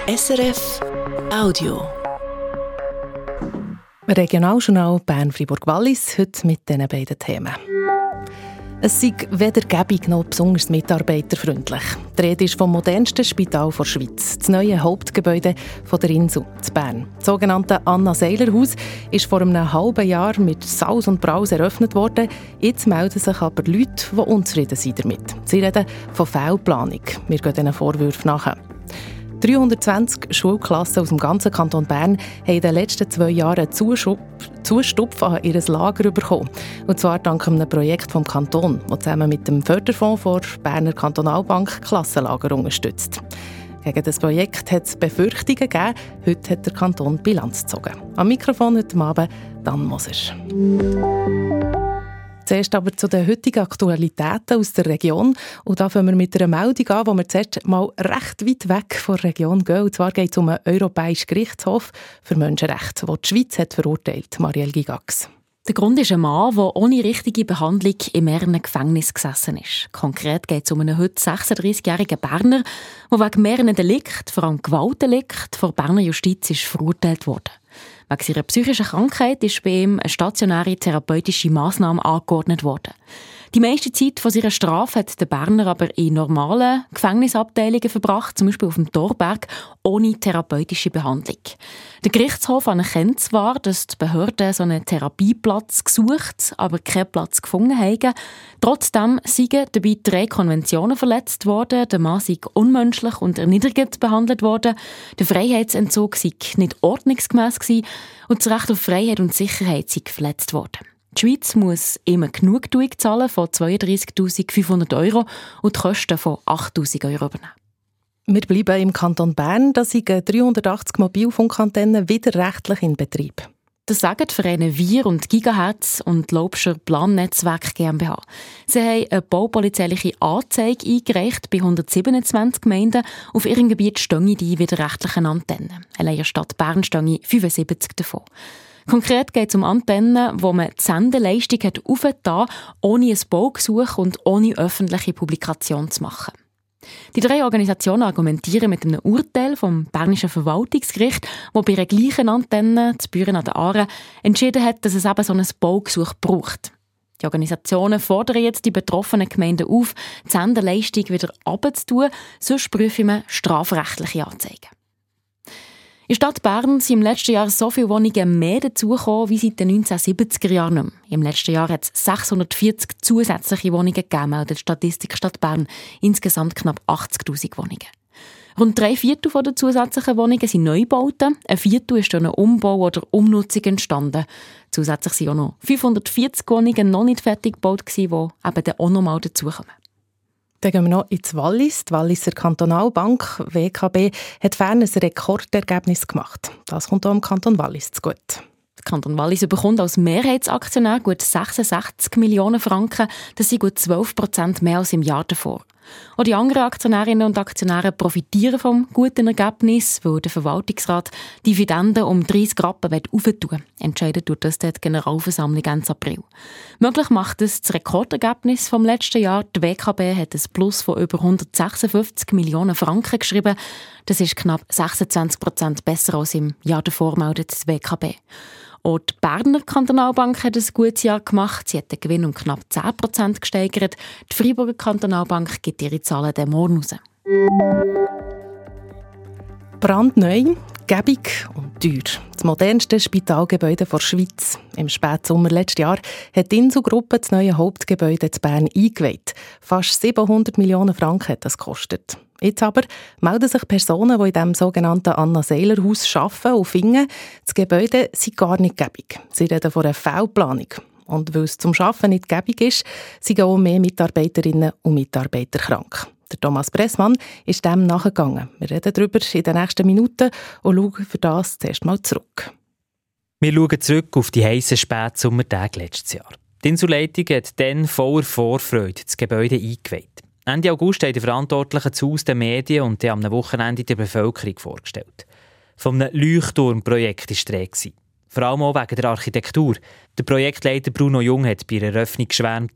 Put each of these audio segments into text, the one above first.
SRF Audio. Regionaljournal Bern-Fribourg-Wallis, heute mit diesen beiden Themen. Es sei weder gäbig noch besonders mitarbeiterfreundlich. Die Rede ist vom modernsten Spital der Schweiz, das neue Hauptgebäude von der Insel in Bern. Das sogenannte Anna-Seiler-Haus ist vor einem halben Jahr mit Saus und Braus eröffnet worden. Jetzt melden sich aber Leute, die unzufrieden sind damit. Sie reden von Fehlplanung. Wir gehen diesen Vorwürfen nach. 320 Schulklassen aus dem ganzen Kanton Bern haben in den letzten 2 Jahren Zustupf an ihr Lager bekommen. Und zwar dank einem Projekt vom Kanton, das zusammen mit dem Förderfonds der Berner Kantonalbank Klassenlager unterstützt. Gegen das Projekt hat es Befürchtungen gegeben. Heute hat der Kanton Bilanz gezogen. Am Mikrofon heute Abend Dan Moser. Zuerst aber zu den heutigen Aktualitäten aus der Region. Und da fangen wir mit einer Meldung an, wo wir zuerst mal recht weit weg von der Region gehen. Und zwar geht es um einen Europäischen Gerichtshof für Menschenrechte, den die Schweiz hat verurteilt. Marielle Gigax. Der Grund ist ein Mann, der ohne richtige Behandlung in mehreren Gefängnissen gesessen ist. Konkret geht es um einen heute 36-jährigen Berner, der wegen mehreren Delikten, vor allem Gewaltdelikten, vor der Berner Justiz ist verurteilt wurde. Wegen seiner psychischen Krankheit ist bei ihm eine stationäre therapeutische Massnahme angeordnet worden. Die meiste Zeit von seiner Strafe hat der Berner aber in normalen Gefängnisabteilungen verbracht, zum Beispiel auf dem Thorberg, ohne therapeutische Behandlung. Der Gerichtshof anerkennt zwar, dass die Behörden so einen Therapieplatz gesucht, aber keinen Platz gefunden haben. Trotzdem seien dabei 3 Konventionen verletzt worden, der Mann sei unmenschlich und erniedrigend behandelt worden, der Freiheitsentzug sei nicht ordnungsgemäss gewesen und das Recht auf Freiheit und Sicherheit sei verletzt worden. Die Schweiz muss ihm eine Genugtuung zahlen von 32'500 € und die Kosten von 8'000 € übernehmen. Wir bleiben im Kanton Bern. Da sind 380 Mobilfunkantennen wieder rechtlich in Betrieb. Das sagen die Vereine Wir und Gigahertz und Lobscher Plannetzwerk GmbH. Sie haben eine baupolizeiliche Anzeige eingereicht bei 127 Gemeinden. Auf ihrem Gebiet stehen die widerrechtlichen Antennen. Allein in der Stadt Bern stehen 75 davon. Konkret geht es um Antennen, wo man die Sendeleistung aufgetan hat, ohne ein Baugesuch und ohne öffentliche Publikation zu machen. Die 3 Organisationen argumentieren mit einem Urteil vom Bernischen Verwaltungsgericht, das bei einer gleichen Antenne, zu Büren an der Aare, entschieden hat, dass es eben so ein Baugesuch braucht. Die Organisationen fordern jetzt die betroffenen Gemeinden auf, die Sendeleistung wieder runterzutun, sonst prüfen wir strafrechtliche Anzeigen. In der Stadt Bern sind im letzten Jahr so viele Wohnungen mehr dazugekommen wie seit den 1970er Jahren nicht mehr. Im letzten Jahr hat es 640 zusätzliche Wohnungen gegeben, meldet die Statistik Stadt Bern. Insgesamt knapp 80'000 Wohnungen. Rund 3/4 der zusätzlichen Wohnungen sind Neubauten. 1/4 ist durch einen Umbau oder Umnutzung entstanden. Zusätzlich sind auch noch 540 Wohnungen noch nicht fertig gebaut, die eben dann auch noch mal dazukommen. Dann gehen wir noch ins Wallis. Die Walliser Kantonalbank, WKB, hat fern ein Rekordergebnis gemacht. Das kommt auch im Kanton Wallis zu gut. Der Kanton Wallis bekommt als Mehrheitsaktionär gut 66 Millionen Franken. Das sind gut 12% mehr als im Jahr davor. Auch die anderen Aktionärinnen und Aktionäre profitieren vom guten Ergebnis, weil der Verwaltungsrat Dividenden um 30 Rappen aufentun will. Entscheidet durch das die Generalversammlung Ende April. Möglich macht es das Rekordergebnis vom letzten Jahr. Die WKB hat ein Plus von über 156 Millionen Franken geschrieben. Das ist knapp 26% besser als im Jahr davor, meldet das WKB. Auch die Berner Kantonalbank hat ein gutes Jahr gemacht. Sie hat den Gewinn um knapp 10% gesteigert. Die Freiburger Kantonalbank gibt ihre Zahlen dann morgen raus. Brandneu, gäbig und teuer. Das modernste Spitalgebäude der Schweiz. Im Spätsommer letzten Jahr hat die Inselgruppe das neue Hauptgebäude in Bern eingeweiht. Fast 700 Millionen Franken hat das gekostet. Jetzt aber melden sich Personen, die in diesem sogenannten Anna-Seiler-Haus arbeiten und finden, das Gebäude sei gar nicht gäbig. Sie reden von einer Fehlplanung. Und weil es zum Arbeiten nicht gäbig ist, sind auch mehr Mitarbeiterinnen und Mitarbeiter krank. Der Thomas Pressmann ist dem nachgegangen. Wir reden darüber in den nächsten Minuten und schauen für das zuerst mal zurück. Wir schauen zurück auf die heissen Spätsommertage letztes Jahr. Die Inselleitung hat dann voller Vorfreude das Gebäude eingeweiht. Ende August haben die Verantwortlichen zu Hause den Medien und am Wochenende der Bevölkerung vorgestellt. Von einem Leuchtturmprojekt war die Rede. Vor allem auch wegen der Architektur. Der Projektleiter Bruno Jung hat bei der Eröffnung geschwärmt.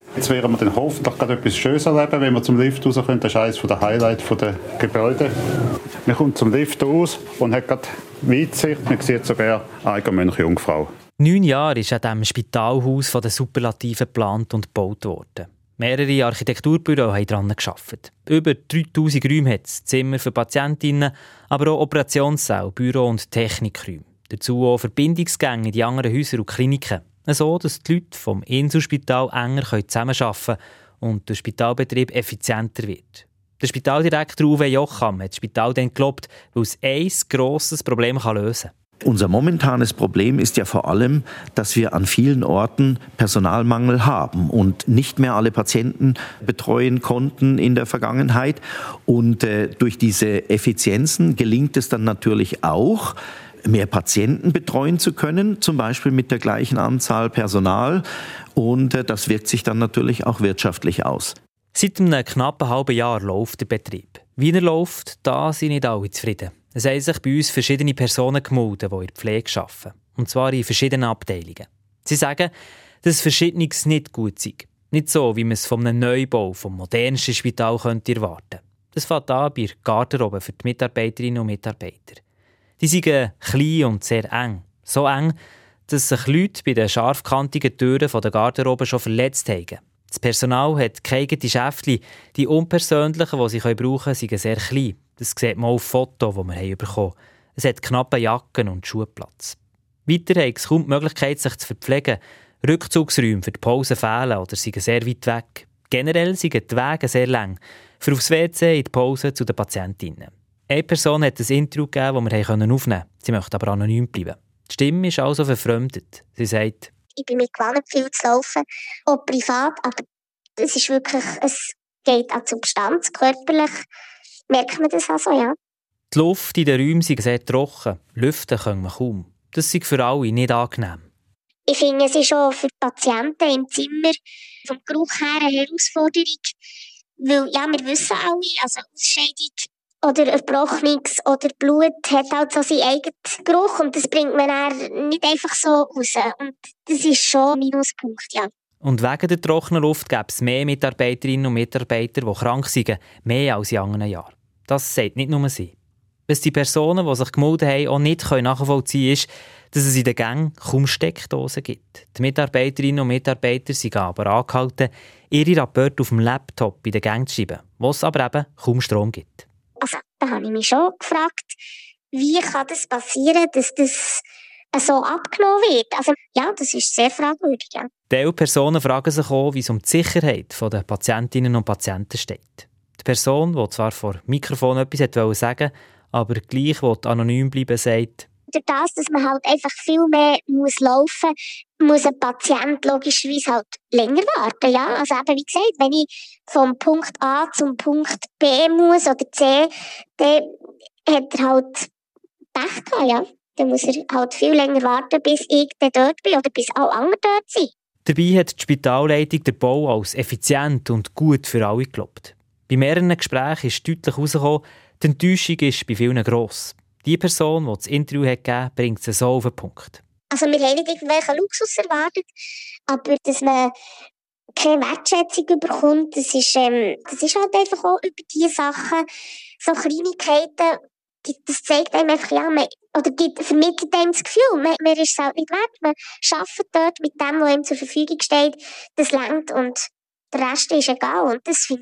Jetzt werden wir dann hoffentlich gerade etwas Schönes erleben, wenn wir zum Lift raus können. Das ist eines der Highlights der Gebäude. Man kommt zum Lift raus und hat gerade Weitsicht. Man sieht sogar Eigermönch Jungfrau. 9 Jahre ist an diesem Spitalhaus von den Superlativen geplant und gebaut worden. Mehrere Architekturbüros haben daran gearbeitet. Über 3000 Räume hat es, Zimmer für Patientinnen, aber auch Operationssäle, Büro- und Technikräume. Dazu auch Verbindungsgänge in die anderen Häuser und Kliniken. So, dass die Leute vom Inselspital enger zusammenarbeiten können und der Spitalbetrieb effizienter wird. Der Spitaldirektor Uwe Jocham hat das Spital dann gelobt, weil es ein grosses Problem lösen kann. Unser momentanes Problem ist ja vor allem, dass wir an vielen Orten Personalmangel haben und nicht mehr alle Patienten betreuen konnten in der Vergangenheit. Und durch diese Effizienzen gelingt es dann natürlich auch, mehr Patienten betreuen zu können, zum Beispiel mit der gleichen Anzahl Personal. Und das wirkt sich dann natürlich auch wirtschaftlich aus. Seit einem knappen halben Jahr läuft der Betrieb. Wie er läuft, da sind nicht alle zufrieden. Es haben sich bei uns verschiedene Personen gemeldet, die in der Pflege arbeiten. Und zwar in verschiedenen Abteilungen. Sie sagen, dass Verschiedenes nicht gut sei. Nicht so, wie man es von einem Neubau, vom modernsten Spital könnte erwarten. Das fängt an bei der Garderobe für die Mitarbeiterinnen und Mitarbeiter. Die sind klein und sehr eng. So eng, dass sich Leute bei den scharfkantigen Türen der Garderobe schon verletzt haben. Das Personal hat keine eigenen Schäftchen. Die unpersönlichen, die sie brauchen können, sind sehr klein. Das sieht man auf Fotos, die wir bekommen haben. Es hat knappe Jacken und Schuhplatz. Weiter haben sie kaum die Möglichkeit, sich zu verpflegen. Rückzugsräume für die Pause fehlen oder sind sehr weit weg. Generell sind die Wege sehr lang. Für aufs WC in die Pause zu den Patientinnen. Eine Person hat ein Interview gegeben, das wir aufnehmen konnten. Sie möchte aber anonym bleiben. Die Stimme ist also verfremdet. Sie sagt, ich bin mir gewohnt, viel zu laufen, auch privat, aber es ist wirklich, es geht an die Substanz, körperlich merkt man das also, ja. Die Luft in den Räumen ist sehr trocken, lüften können wir kaum. Das ist für alle nicht angenehm. Ich finde, es ist auch für die Patienten im Zimmer vom Geruch her eine Herausforderung, weil ja, wir wissen alle, also Ausscheidung oder Erbrochenes oder Blut hat halt so seinen eigenen Geruch und das bringt man dann nicht einfach so raus. Und das ist schon ein Minuspunkt, ja. Und wegen der trockenen Luft gäbe es mehr Mitarbeiterinnen und Mitarbeiter, die krank sind, mehr als in anderen Jahren. Das sagt nicht nur sie. Was die Personen, die sich gemeldet haben, auch nicht nachvollziehen können, ist, dass es in den Gängen kaum Steckdosen gibt. Die Mitarbeiterinnen und Mitarbeiter sind aber angehalten, ihre Rapporte auf dem Laptop in den Gängen zu schreiben, wo es aber eben kaum Strom gibt. Also, da habe ich mich schon gefragt, wie kann das passieren, dass das so abgenommen wird? Also, ja, das ist sehr fragwürdig, ja. Die Personen fragen sich auch, wie es um die Sicherheit der Patientinnen und Patienten steht. Die Person, die zwar vor dem Mikrofon etwas wollte sagen, aber gleich anonym bleiben sagt, durch das, dass man halt einfach viel mehr laufen muss ein Patient logischerweise halt länger warten. Ja? Also eben, wie gesagt, wenn ich vom Punkt A zum Punkt B muss oder C, dann hat er halt Pech gehabt, ja. Dann muss er halt viel länger warten, bis ich dann dort bin oder bis alle anderen dort sind. Dabei hat die Spitalleitung den Bau als effizient und gut für alle gelobt. Bei mehreren Gesprächen ist deutlich herausgekommen, die Enttäuschung ist bei vielen gross. Die Person, die das Interview gegeben hat, bringt es so auf den Punkt. Also wir haben nicht irgendwelchen Luxus erwartet, aber dass man keine Wertschätzung bekommt, das ist halt einfach auch über diese Sachen, so Kleinigkeiten, das zeigt einem einfach, ja, vermittelt einem das Gefühl, man ist es halt nicht wert, man arbeitet dort mit dem, was ihm zur Verfügung steht, das reicht und der Rest ist egal und das finde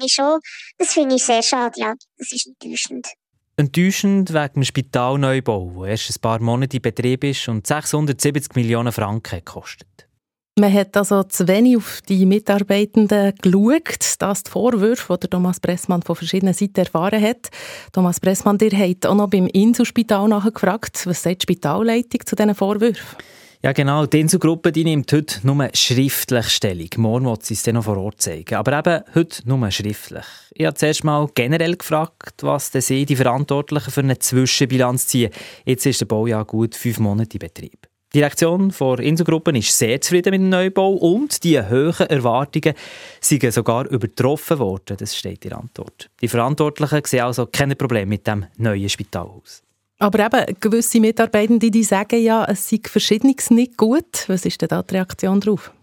ich sehr schade, ja, das ist enttäuschend. Enttäuschend wegen dem Spitalneubau, der erst ein paar Monate in Betrieb ist und 670 Millionen Franken kostet. Man hat also zu wenig auf die Mitarbeitenden geschaut. Das die Vorwürfe, die Thomas Bressmann von verschiedenen Seiten erfahren hat. Thomas Bressmann, ihr habt auch noch beim Inselspital nachgefragt. Was sagt die Spitalleitung zu diesen Vorwürfen? Ja genau, die Inselgruppe die nimmt heute nur schriftlich Stellung. Morgen wird sie es dann noch vor Ort zeigen. Aber eben heute nur schriftlich. Ich habe zuerst mal generell gefragt, was denn sie, die Verantwortlichen, für eine Zwischenbilanz ziehen. Jetzt ist der Bau ja gut 5 Monate in Betrieb. Die Direktion der Inselgruppe ist sehr zufrieden mit dem Neubau und die hohen Erwartungen sind sogar übertroffen worden. Das steht in der Antwort. Die Verantwortlichen sehen also keine Probleme mit dem neuen Spitalhaus. Aber eben, gewisse Mitarbeitende die sagen ja, es sei Verschiedenes nicht gut. Was ist denn da die Reaktion darauf?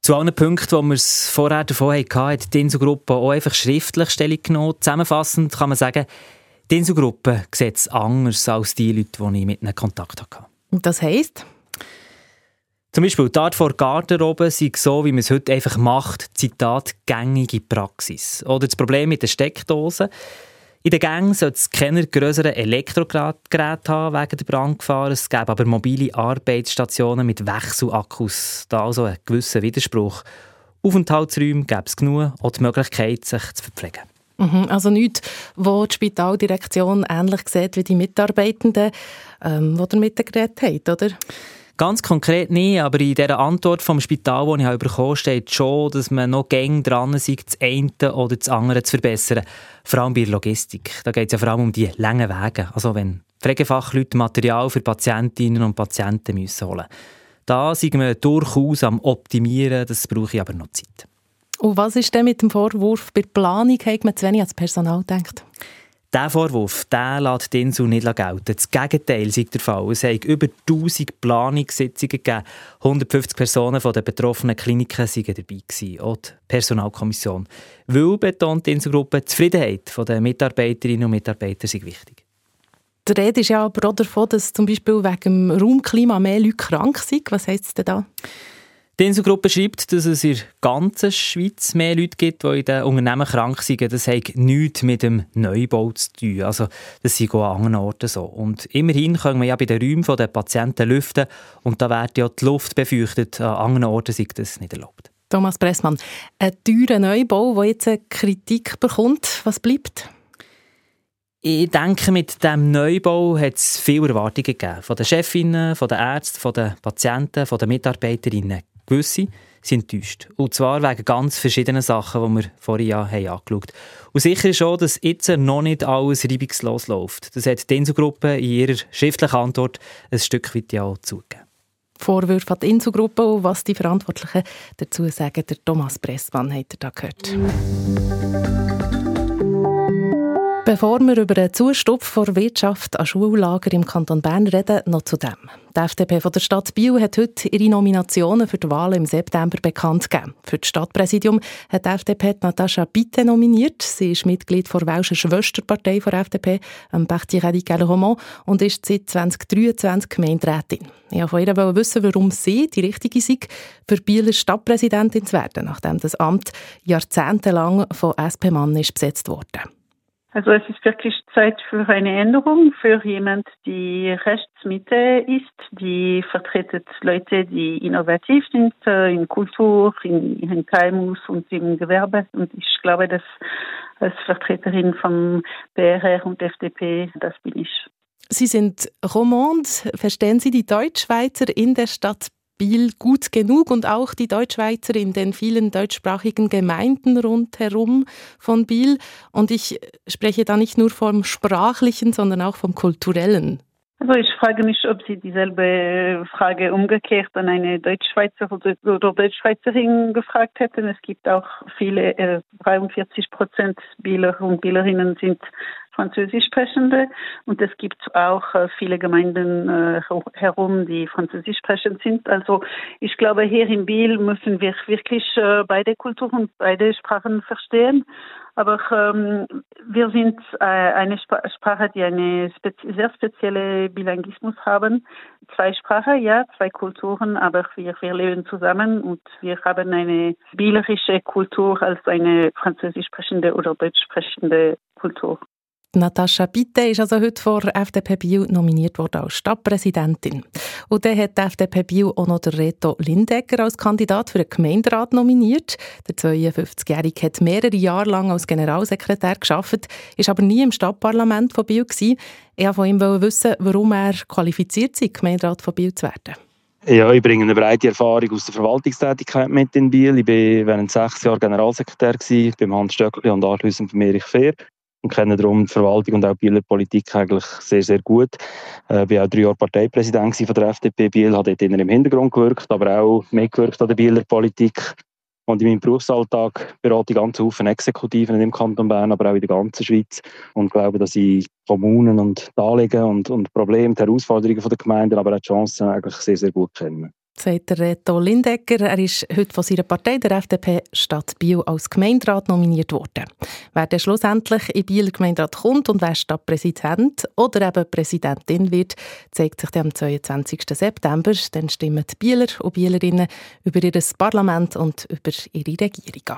Zu allen Punkten, wo wir es vorher davon hatten, hat die Inselgruppe auch einfach schriftlich Stellung genommen. Zusammenfassend kann man sagen, die Inselgruppe sieht es anders als die Leute, die ich mit ihnen Kontakt hatte. Und das heisst? Zum Beispiel die Art von Garderobe sei so, wie man es heute einfach macht, Zitat, gängige Praxis. Oder das Problem mit den Steckdosen. In den Gängen sollte es keine grösseren Elektrogeräte haben wegen der Brandgefahr. Es gäbe aber mobile Arbeitsstationen mit Wechselakkus. Da also ein gewisser Widerspruch. Aufenthaltsräume gäbe es genug, auch die Möglichkeit, sich zu verpflegen. Also nichts, wo die Spitaldirektion ähnlich sieht wie die Mitarbeitenden, die damit geredet haben, oder? Ganz konkret nicht, aber in dieser Antwort vom Spital, die ich bekommen habe, steht schon, dass man noch gängig dran ist, das eine oder das andere zu verbessern. Vor allem bei der Logistik. Da geht es ja vor allem um die langen Wege. Also wenn Pflegefachleute Material für Patientinnen und Patienten müssen holen. Da sind wir durchaus am Optimieren, das brauche ich aber noch Zeit. Und was ist denn mit dem Vorwurf, bei der Planung hat man zu wenig ans Personal gedacht? Dieser Vorwurf lässt die Insel nicht gelten. Das Gegenteil sei der Fall. Es hat über 1000 Planungssitzungen gegeben. 150 Personen von den betroffenen Kliniken waren dabei gewesen, auch die Personalkommission. Weil, betont die Inselgruppe, die Zufriedenheit der Mitarbeiterinnen und Mitarbeiter sei wichtig. Die Rede ist ja aber auch davon, dass zum Beispiel wegen dem Raumklima mehr Leute krank sind. Was heisst es denn da? Die Inselgruppe schreibt, dass es in der ganzen Schweiz mehr Leute gibt, die in den Unternehmen krank sind. Das hat nichts mit dem Neubau zu tun. Also, das ist auch an anderen Orten so. Und immerhin können wir ja bei den Räumen der Patienten lüften. Und da wird ja die Luft befeuchtet. An anderen Orten ist das nicht erlaubt. Thomas Pressmann, ein teurer Neubau, der jetzt eine Kritik bekommt. Was bleibt? Ich denke, mit diesem Neubau hat es viele Erwartungen gegeben. Von den Chefinnen, von den Ärzten, von den Patienten, von den Mitarbeiterinnen. Gewisse sind enttäuscht. Und zwar wegen ganz verschiedenen Sachen, die wir vorhin ja angeschaut haben. Und sicher ist auch, dass jetzt noch nicht alles reibungslos läuft. Das hat die Inselgruppe in ihrer schriftlichen Antwort ein Stück weit ja auch zugegeben. Vorwürfe an die Inselgruppe und was die Verantwortlichen dazu sagen, der Thomas Pressmann hat er da gehört. Bevor wir über den Zustupf der Wirtschaft an Schullager im Kanton Bern reden, noch zu dem. Die FDP von der Stadt Biel hat heute ihre Nominationen für die Wahlen im September bekannt gegeben. Für das Stadtpräsidium hat die FDP Natascha Bitte nominiert. Sie ist Mitglied der welschen Schwesterpartei der FDP, Parti Radical Roman, und ist seit 2023 Gemeinderätin. Ich wollte von ihr wissen, warum sie die Richtige sei, für Bieler Stadtpräsidentin zu werden, nachdem das Amt jahrzehntelang von SP-Mann besetzt wurde. Also es ist wirklich Zeit für eine Änderung, für jemand, die Rechtsmitte ist, die vertretet Leute, die innovativ sind in Kultur, in KMUs und im Gewerbe. Und ich glaube, dass als Vertreterin vom BRR und FDP, das bin ich. Sie sind Romande. Verstehen Sie die Deutschschweizer in der Stadt Biel gut genug und auch die Deutschschweizer in den vielen deutschsprachigen Gemeinden rundherum von Biel? Und ich spreche da nicht nur vom Sprachlichen, sondern auch vom Kulturellen. Also ich frage mich, ob Sie dieselbe Frage umgekehrt an eine Deutschschweizer oder Deutschschweizerin gefragt hätten. Es gibt auch viele, 43% Bieler und Bielerinnen sind Französischsprechende und es gibt auch viele Gemeinden herum, die Französisch sprechend sind. Also ich glaube, hier in Biel müssen wir wirklich beide Kulturen und beide Sprachen verstehen. Aber wir sind eine Sprache, die eine sehr spezielle Bilinguismus haben. 2 Sprachen, ja, 2 Kulturen, aber wir leben zusammen und wir haben eine bielerische Kultur als eine französisch sprechende oder deutsch sprechende Kultur. Natascha Bitte ist also heute vor FDP Biel nominiert worden als Stadtpräsidentin. Und dann hat die FDP Biel auch noch Reto Lindegger als Kandidat für den Gemeinderat nominiert. Der 52-Jährige hat mehrere Jahre lang als Generalsekretär gearbeitet, ist aber nie im Stadtparlament von Biel gewesen. Ich wollte von ihm wissen, warum er qualifiziert ist, Gemeinderat von Biel zu werden. Ja, ich bringe eine breite Erfahrung aus der Verwaltungstätigkeit mit in Biel. Ich war während 6 Jahren Generalsekretär beim Hans Stöckli und anschliessend bei Erich Fehr. Und kenne darum die Verwaltung und auch die Bieler Politik eigentlich sehr, sehr gut. Ich war auch 3 Jahre Parteipräsident von der FDP Biel, habe dort im Hintergrund gewirkt, aber auch mitgewirkt an der Bieler Politik. Und in meinem Berufsalltag berate ich ganz viele Exekutiven im Kanton Bern, aber auch in der ganzen Schweiz. Und glaube, dass ich Kommunen und die Anliegen und Probleme, die Herausforderungen der Gemeinden, aber auch die Chancen eigentlich sehr, sehr gut kenne. sagt der Reto Lindecker. Er ist heute von seiner Partei, der FDP, Stadt Biel, als Gemeinderat nominiert worden. Wer dann schlussendlich in Bieler Gemeinderat kommt und wer Stadtpräsident oder eben Präsidentin wird, zeigt sich dann am 22. September. Dann stimmen die Bieler und Bielerinnen über ihr Parlament und über ihre Regierung ab.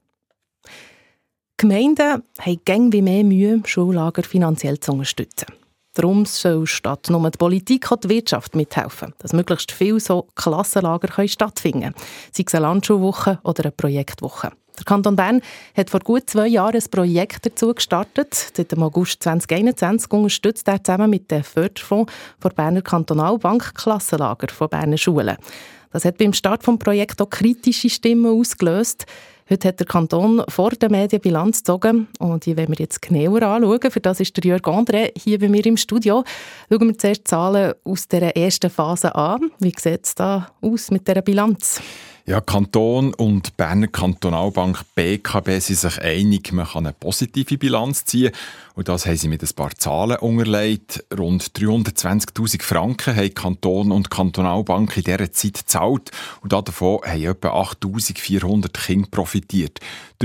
Gemeinden haben gäng wie mehr Mühe, Schullager finanziell zu unterstützen. Darum soll statt nur die Politik auch die Wirtschaft mithelfen, dass möglichst viele so Klassenlager stattfinden können, sei es eine Landschulwoche oder eine Projektwoche. Der Kanton Bern hat vor gut 2 Jahren ein Projekt dazu gestartet. Seit dem August 2021 unterstützt er zusammen mit dem Förderfonds der Berner Kantonalbank Klassenlager von Berner Schulen. Das hat beim Start des Projekts auch kritische Stimmen ausgelöst. Heute hat der Kanton vor der Medienbilanz gezogen und die wollen wir jetzt genauer anschauen. Für das ist der Jörg André hier bei mir im Studio. Schauen wir zuerst die Zahlen aus der ersten Phase an. Wie sieht es da aus mit dieser Bilanz? Ja, Kanton und Berner Kantonalbank BKB sind sich einig, man kann eine positive Bilanz ziehen. Und das haben sie mit ein paar Zahlen unterlegt. Rund 320'000 Franken haben Kanton und Kantonalbank in dieser Zeit gezahlt. Und davon haben etwa 8'400 Kinder profitiert.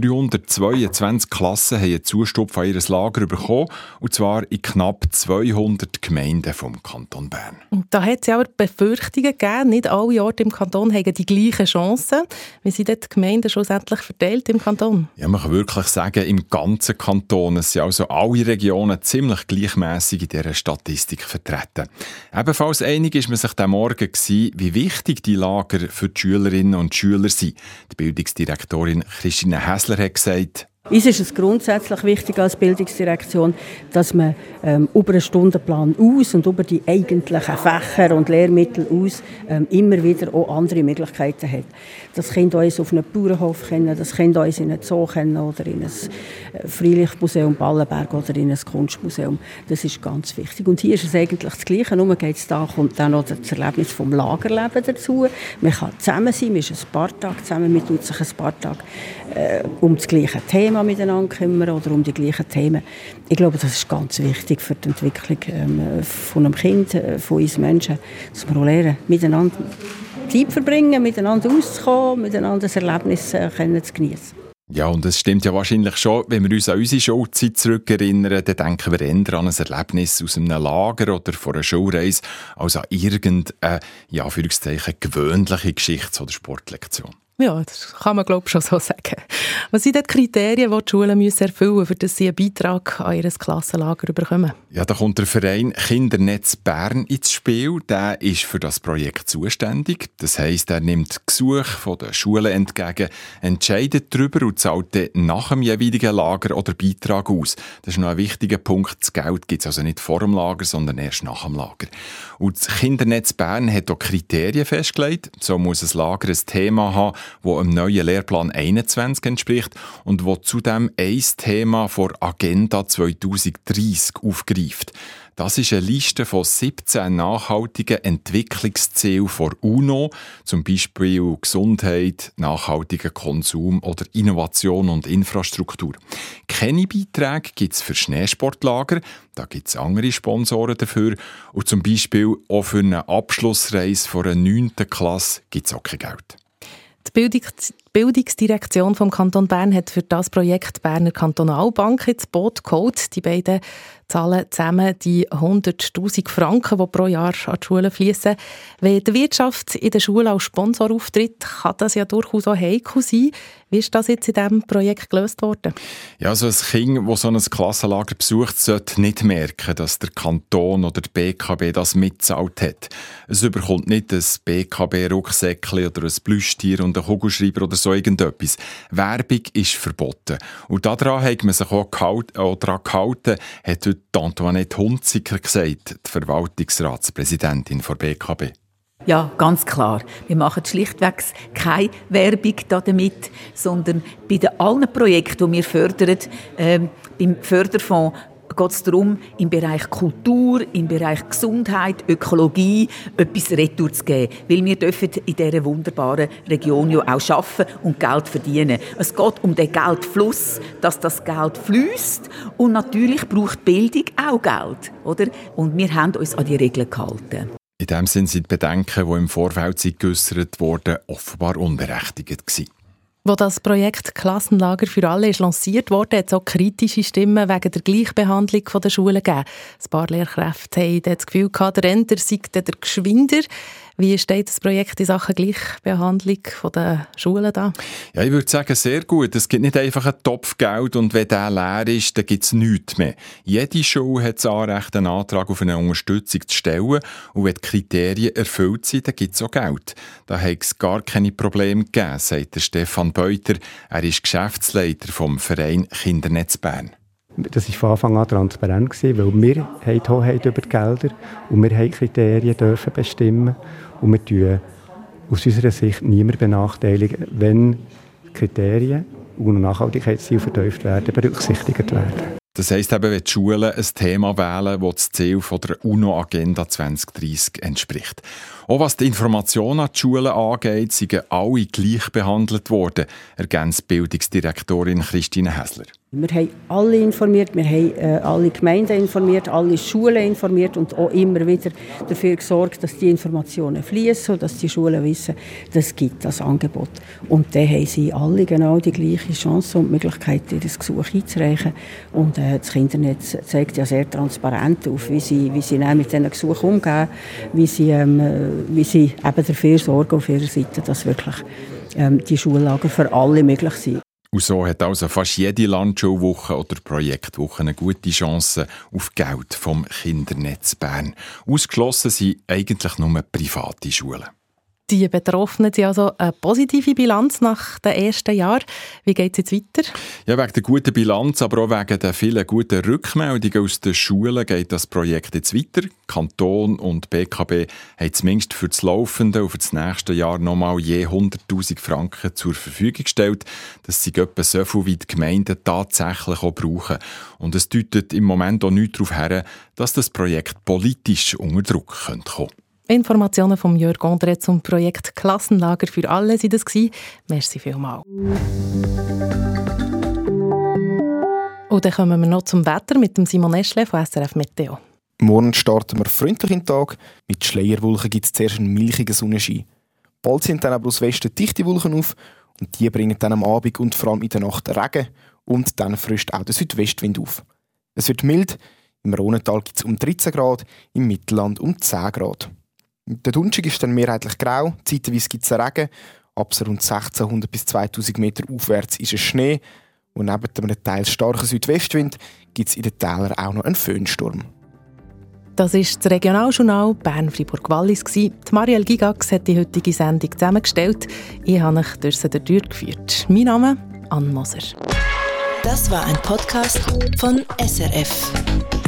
322 Klassen haben einen Zustupf an ihr Lager bekommen. Und zwar in knapp 200 Gemeinden vom Kanton Bern. Und da hat es ja aber Befürchtungen gegeben, nicht alle Orte im Kanton haben die gleichen Chancen. Wie sind die Gemeinden schlussendlich verteilt im Kanton? Ja, man kann wirklich sagen, im ganzen Kanton es sind also alle Regionen ziemlich gleichmässig in dieser Statistik vertreten. Ebenfalls einig ist man sich am Morgen gewesen, wie wichtig die Lager für die Schülerinnen und Schüler sind. Die Bildungsdirektorin Christine Häsler hat gesagt: Uns ist es grundsätzlich wichtig als Bildungsdirektion, dass man über einen Stundenplan aus und über die eigentlichen Fächer und Lehrmittel aus immer wieder auch andere Möglichkeiten hat. Das Kind uns auf einen Bauernhof kennen, das Kind uns in einen Zoo kennen oder in ein Freilichtmuseum Ballenberg oder in ein Kunstmuseum. Das ist ganz wichtig. Und hier ist es eigentlich das Gleiche, nur kommt dann noch das Erlebnis vom Lagerleben dazu. Man kann zusammen sein, man ist ein paar Tage zusammen, man tut sich ein paar Tage um das gleiche Thema miteinander kümmern oder um die gleichen Themen. Ich glaube, das ist ganz wichtig für die Entwicklung von einem Kind, von uns Menschen, dass wir auch lernen, miteinander Zeit verbringen, miteinander auszukommen, miteinander das Erlebnis zu genießen. Ja, und es stimmt ja wahrscheinlich schon, wenn wir uns an unsere Schulzeit zurückerinnern, dann denken wir eher an ein Erlebnis aus einem Lager oder von einer Schulreise als an irgendeine, ja, Anführungszeichen, gewöhnliche Geschichts- oder Sportlektion. Ja, das kann man, glaube ich, schon so sagen. Was sind die Kriterien, die die Schulen erfüllen müssen, damit sie einen Beitrag an ihr Klassenlager bekommen? Ja, da kommt der Verein Kindernetz Bern ins Spiel. Der ist für das Projekt zuständig. Das heisst, er nimmt Gesuche von den Schulen entgegen, entscheidet darüber und zahlt dann nach dem jeweiligen Lager oder Beitrag aus. Das ist noch ein wichtiger Punkt. Das Geld gibt es also nicht vor dem Lager, sondern erst nach dem Lager. Und das Kindernetz Bern hat auch Kriterien festgelegt. So muss ein Lager ein Thema haben, wo im neuen Lehrplan 21 entspricht und wo zudem ein Thema vor Agenda 2030 aufgreift. Das ist eine Liste von 17 nachhaltigen Entwicklungszielen der UNO, zum Beispiel Gesundheit, nachhaltiger Konsum oder Innovation und Infrastruktur. Keine Beiträge gibt es für Schneesportlager, da gibt es andere Sponsoren dafür. Und zum Beispiel auch für eine Abschlussreise von einer 9. Klasse gibt es auch kein Geld. Die Bildungsdirektion vom Kanton Bern hat für das Projekt die Berner Kantonalbank ins Boot geholt. Die beiden zahlen zusammen die 100'000 Franken, die pro Jahr an die Schulen fließen. Wenn die Wirtschaft in der Schule als Sponsor auftritt, kann das ja durchaus auch heikel sein. Wie ist das jetzt in diesem Projekt gelöst worden? Ja, also ein Kind, das so ein Klassenlager besucht, sollte nicht merken, dass der Kanton oder die BKB das mitgezahlt hat. Es bekommt nicht ein BKB-Rucksäckchen oder ein Plüschtier und ein Kugelschreiber oder so irgendetwas. Werbung ist verboten. Und daran hat man sich auch daran gehalten, hat heute Antoinette Hunziker gesagt, die Verwaltungsratspräsidentin der BKB. Ja, ganz klar. Wir machen schlichtweg keine Werbung damit, sondern bei allen Projekten, die wir fördern, beim Förderfonds geht es darum, im Bereich Kultur, im Bereich Gesundheit, Ökologie etwas retour zu geben. Weil wir dürfen in dieser wunderbaren Region ja auch arbeiten und Geld verdienen. Es geht um den Geldfluss, dass das Geld fließt. Und natürlich braucht Bildung auch Geld. Oder? Und wir haben uns an die Regeln gehalten. In dem Sinn sind die Bedenken, die im Vorfeld geäussert wurden, offenbar unberechtigt gewesen. Als das Projekt Klassenlager für alle ist lanciert wurde, hat es auch kritische Stimmen wegen der Gleichbehandlung der Schulen gegeben. Ein paar Lehrkräfte haben das Gefühl gehabt, der Ender sei der Geschwinder. Wie steht das Projekt in Sachen Gleichbehandlung der Schulen da? Ja, ich würde sagen, sehr gut. Es gibt nicht einfach einen Topf Geld und wenn der leer ist, dann gibt es nichts mehr. Jede Schule hat das Anrecht, einen Antrag auf eine Unterstützung zu stellen und wenn die Kriterien erfüllt sind, dann gibt es auch Geld. Da hat es gar keine Probleme gegeben, sagt der Stefan Beuter. Er ist Geschäftsleiter vom Verein Kindernetz Bern. Das war von Anfang an transparent, weil wir haben die Hoheit über die Gelder und wir haben Kriterien dürfen bestimmen und wir tun aus unserer Sicht niemand benachteiligen, wenn Kriterien und Nachhaltigkeitsziele vertieft werden, berücksichtigt werden. Das heisst eben, wenn die Schulen ein Thema wählen, das das Ziel der UNO-Agenda 2030 entspricht. Auch was die Information an die Schulen angeht, sind alle gleich behandelt worden, ergänzt Bildungsdirektorin Christine Häsler. Wir haben alle informiert, wir haben alle Gemeinden informiert, alle Schulen informiert und auch immer wieder dafür gesorgt, dass die Informationen fließen und dass die Schulen wissen, es gibt das Angebot. Und dann haben sie alle genau die gleiche Chance und Möglichkeit, ihr Gesuch einzureichen. Und das Kindernetz zeigt ja sehr transparent auf, wie sie mit diesen Gesuchen umgehen, wie sie eben dafür sorgen auf ihrer Seite, dass wirklich die Schullager für alle möglich sind. Und so hat also fast jede Landschulwoche oder Projektwoche eine gute Chance auf Geld vom Kindernetz Bern. Ausgeschlossen sind eigentlich nur private Schulen. Die Betroffenen haben also eine positive Bilanz nach den ersten Jahren. Wie geht es jetzt weiter? Ja, wegen der guten Bilanz, aber auch wegen der vielen guten Rückmeldungen aus den Schulen geht das Projekt jetzt weiter. Kanton und BKB haben zumindest für das laufende und für das nächste Jahr nochmal je 100'000 Franken zur Verfügung gestellt. Das sind etwa so viel, wie die Gemeinden tatsächlich auch brauchen. Und es deutet im Moment auch nichts darauf her, dass das Projekt politisch unter Druck kommen könnte. Informationen von Jörg Gondre zum Projekt Klassenlager für alle waren das. Merci vielmals. Und dann kommen wir noch zum Wetter mit dem Simon Eschle von SRF Meteo. Morgen starten wir freundlich in den Tag. Mit Schleierwolken gibt es zuerst einen milchigen Sonnenschein. Bald sind dann aber aus Westen dichte Wolken auf und die bringen dann am Abend und vor allem in der Nacht Regen und dann frischt auch der Südwestwind auf. Es wird mild, im Rhonental gibt es um 13 Grad, im Mittelland um 10 Grad. Der Donnerstag ist dann mehrheitlich grau, zeitweise gibt es Regen, ab so rund 1600 bis 2000 Meter aufwärts ist es Schnee und neben einem teils starken Südwestwind gibt es in den Tälern auch noch einen Föhnsturm. Das ist das Regionaljournal Bern-Fribourg-Wallis. Marielle Gigax hat die heutige Sendung zusammengestellt. Ich habe euch durchgeführt. Mein Name ist Anne Moser. Das war ein Podcast von SRF.